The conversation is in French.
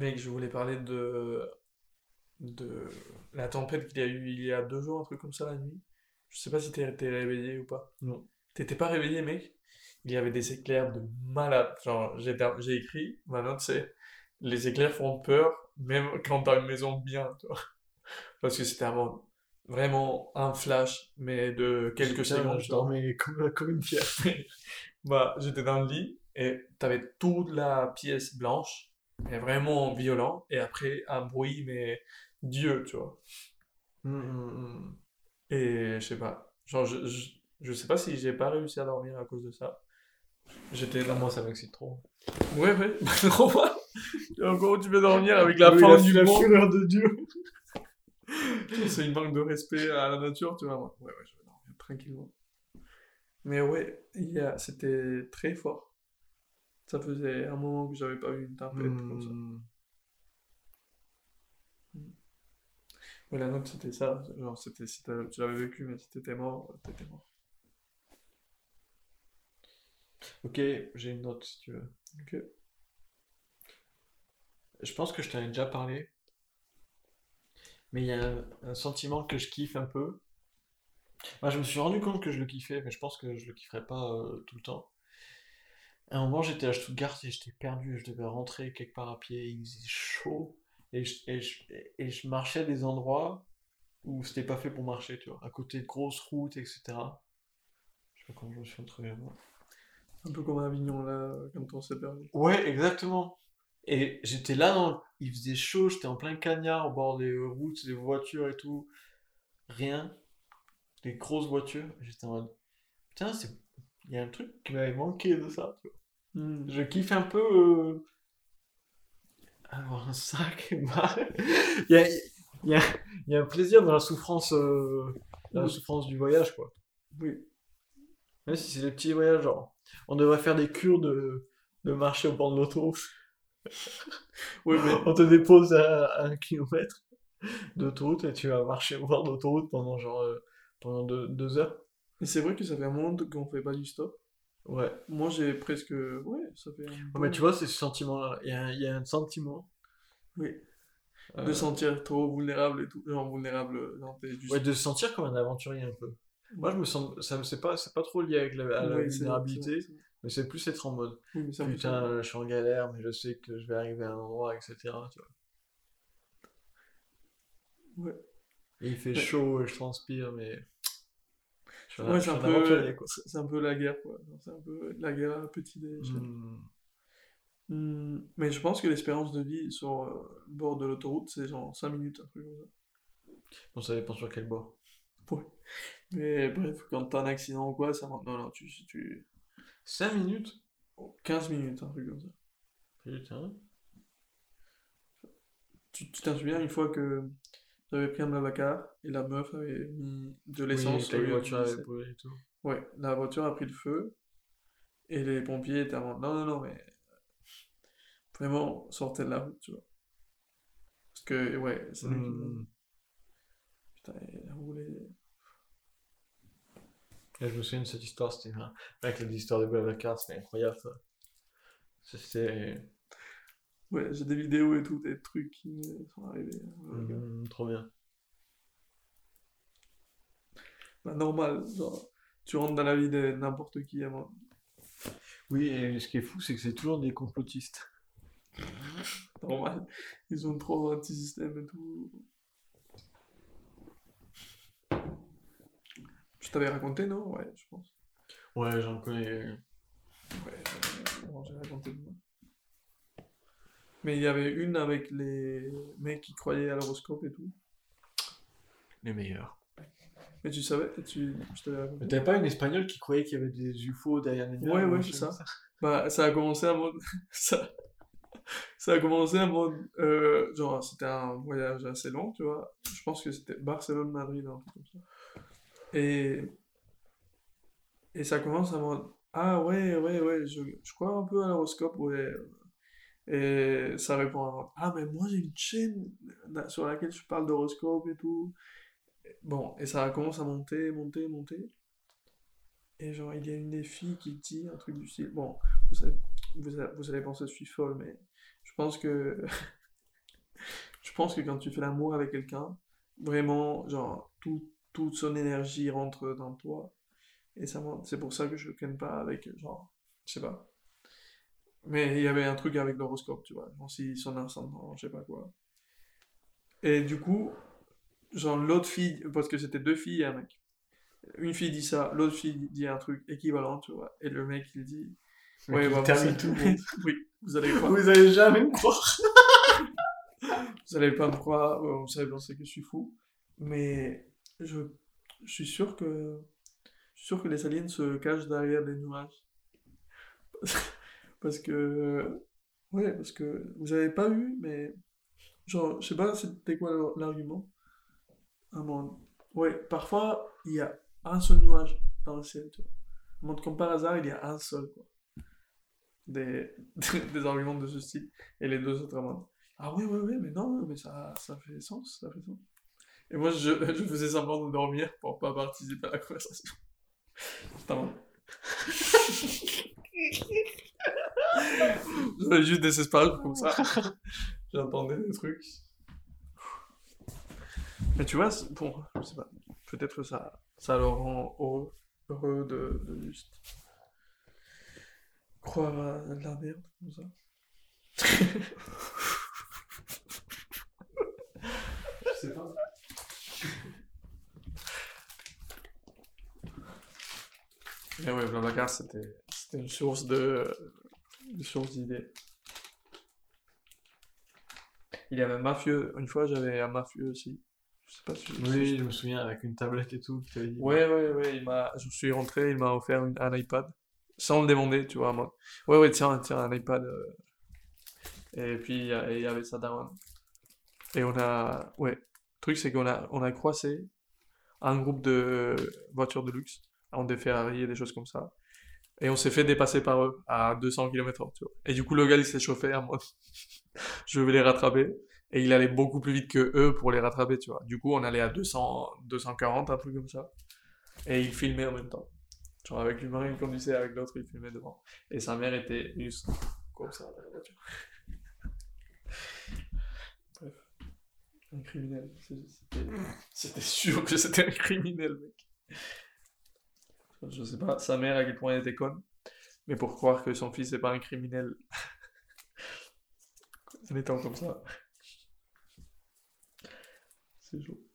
Mec, je voulais parler de la tempête qu'il y a eu il y a 2 jours, un truc comme ça la nuit. Je sais pas si t'es réveillé ou pas. Non. T'étais pas réveillé, mec? Il y avait des éclairs de malade. Genre, j'ai écrit, ma note c'est les éclairs font peur, même quand t'as une maison bien, tu vois. Parce que c'était vraiment un flash, mais de quelques Putain, secondes, je tu vois. dormais comme une pierre. Bah, j'étais dans le lit et t'avais toute la pièce blanche, mais vraiment violent, et après un bruit, mais Dieu, tu vois. Hum. Et je sais pas, genre, je sais pas si j'ai pas réussi à dormir à cause de ça. J'étais Ah, là. moi, ça m'excite trop. Ouais, ouais, normal. Et encore, tu veux dormir avec la Ah oui, fin du la monde. fureur de Dieu. Genre, c'est une manque de respect à la nature, tu vois. Ouais, ouais, je vais dormir tranquillement. Mais ouais, c'était très fort. Ça faisait un moment que j'avais pas eu une tempête comme ça. Hum. Ouais, la note, c'était ça. Genre, c'était si tu l'avais vécu, mais si t'étais mort, t'étais mort. Ok, j'ai une note si tu veux. Ok. Je pense que je t'en ai déjà parlé, mais il y a un sentiment que je kiffe un peu. Moi, je me suis rendu compte que je le kiffais, mais je pense que je le kifferai pas tout le temps. À un moment, j'étais à Stuttgart et j'étais perdu. Je devais rentrer quelque part à pied. Il faisait chaud et je marchais des endroits où c'était pas fait pour marcher, tu vois, à côté de grosses routes, etc. Je sais pas comment je me suis retrouvé moi. Un peu comme à Avignon, là, quand on s'est perdu. Ouais, exactement. Et j'étais là, il faisait chaud, j'étais en plein cagnard au bord des routes, des voitures et tout. Rien, des grosses voitures. J'étais en mode, putain, il y a un truc qui m'avait manqué de ça, tu vois. Hmm. Je kiffe un peu avoir un sac. Il y a, il y a- il y a un plaisir dans la Oui. souffrance du voyage, quoi. Oui. Même si c'est des petits voyages, genre, on devrait faire des cures de marcher au bord de l'autoroute. Oui, mais, On te dépose à 1 kilomètre d'autoroute et tu vas marcher au bord de l'autoroute pendant pendant 2 heures. mais c'est vrai que ça fait un moment qu'on fait pas du stop. Ouais. Moi, j'ai presque. Ouais, ça fait un Ouais, mais tu bon. vois, c'est ce sentiment-là. Il y a un sentiment. Oui. De se euh, sentir trop vulnérable et tout. Genre, vulnérable, genre, t'es ouais, juste. de se sentir comme un aventurier un peu. Moi, Ouais. je me sens. C'est pas trop lié avec à la Oui, c'est vrai, c'est vrai, vulnérabilité, c'est vrai. mais c'est plus être en mode Oui, mais c'est un peu ça. putain, je suis en galère, mais je sais que je vais arriver à un endroit, etc. Tu vois. Ouais. Et il fait Mais, chaud et je transpire, mais ouais, je suis un aventurier, quoi. c'est un peu la guerre, quoi. Genre, c'est un peu la guerre à petite échelle. Hmm. Mais je pense que l'espérance de vie sur le bord de l'autoroute, c'est genre 5 minutes, un truc comme Bon, ça dépend sur quel bord. ça. Ouais. Mais bref, quand t'as un accident ou quoi, ça monte. Non, non, 5 minutes? 15 minutes, un truc comme ça. Putain. Tu t'en souviens une fois que j'avais pris un Blablacar et la meuf avait mis de Oui, l'essence ta au lieu voiture du avait 17. brûlé et tout. Ouais, la voiture a pris le feu et les pompiers étaient en mode non, non, non, mais vraiment, sortez de la route, tu vois. Parce que, ouais, c'est lui qui m'a dit. Hmm. Putain, elle a roulé. Et je me souviens de cette histoire, avec l'histoire de Blablacar, c'était incroyable ça. C'était Ouais, j'ai des vidéos et tout, des trucs qui me sont arrivés. trop bien. Bah, normal, genre, tu rentres dans la vie de n'importe qui, à moi. Oui, et ce qui est fou, c'est que c'est toujours des complotistes. Normal. Ils ont trop anti-système et tout. Je t'avais raconté, non? Ouais, je pense. Ouais, j'en connais Ouais, j'ai raconté de moi. Mais il y avait une avec les mecs qui croyaient à l'horoscope et tout. les meilleurs. Mais tu savais, je t'avais Mais raconté? t'avais pas une espagnole qui croyait qu'il y avait des UFO derrière les Ouais, nuages ou un ouais, c'est truc comme ça. ça? Bah, ça a commencé en mode. Ça, ça a commencé en mode. Genre, c'était un voyage assez long, tu vois. Je pense que c'était Barcelone-Madrid, un truc comme ça. Et, et ça commence en mode. Ah ouais, ouais, ouais, je crois un peu à l'horoscope, ouais. Et ça répond à. Ah, mais moi j'ai une chaîne sur laquelle je parle d'horoscope et tout. Bon, et ça commence à monter, monter, monter. Et genre, il y a une des filles qui dit un truc du style. Bon, vous allez, vous allez penser que je suis folle, mais je pense que Je pense que quand tu fais l'amour avec quelqu'un, vraiment, genre, toute son énergie rentre dans toi. Et ça monte. C'est pour ça que je ken pas avec, genre, je sais pas. Mais il y avait un truc avec l'horoscope, tu vois. Genre, si son ascendant, je sais pas quoi. Et du coup, genre, l'autre fille, parce que c'était deux filles et un mec. Une fille dit ça, l'autre fille dit un truc équivalent, tu vois. Et le mec, il dit, Mec, ouais, il bah, termine tout le monde. oui, vous allez pas, Vous allez jamais me croire. vous allez pas me croire, vous allez penser que je suis fou. Mais je, je suis sûr que, je suis sûr que les aliens se cachent derrière des nuages. Parce que, ouais, parce que vous avez pas eu, mais, genre, je sais pas, c'était quoi l'argument? Un monde. Ouais, parfois, il y a un seul nuage dans le ciel, tu vois. Un monde comme par hasard, il y a un seul, quoi. Des, des arguments de ce style. Et les deux autres amants. Ah oui, oui, oui, mais non, mais ça fait sens, ça fait sens. Et moi, je faisais semblant de dormir pour pas participer à la conversation. Putain, man. J'avais juste des espaces comme ça. J'entendais des trucs. Mais tu vois, bon, je sais pas. Peut-être que ça le rend heureux de juste croire à de la merde, comme ça. Je sais pas. Mais ouais, Blablacar, c'était une source d'idées. Il y avait un mafieux. Une fois, j'avais un mafieux aussi. Je sais pas Oui, je me souviens, avec une tablette et tout, qui t'avait dit. Ouais, ouais, ouais. Je suis rentré, il m'a offert un iPad. Sans le demander, tu vois. Moi. Ouais, ouais, tiens, tiens, un iPad. Et puis, il y avait ça daronne. Et on a. Ouais. Le truc, c'est on a croisé un groupe de voitures de luxe. En des Ferrari et des choses comme ça. Et on s'est fait dépasser par eux à 200 km/h, tu vois. Et du coup, le gars, il s'est chauffé à moi. Je vais les rattraper. Et il allait beaucoup plus vite que eux pour les rattraper, tu vois. Du coup, on allait à 200, 240, un truc comme ça. Et il filmait en même temps. Genre, avec l'humain, il conduisait, avec l'autre, il filmait devant. Et sa mère était juste comme ça dans la voiture. Bref, un criminel. C'était sûr que c'était un criminel, mec. Je sais pas, sa mère, à quel point elle était conne. Mais pour croire que son fils n'est pas un criminel en étant comme ça, c'est chaud.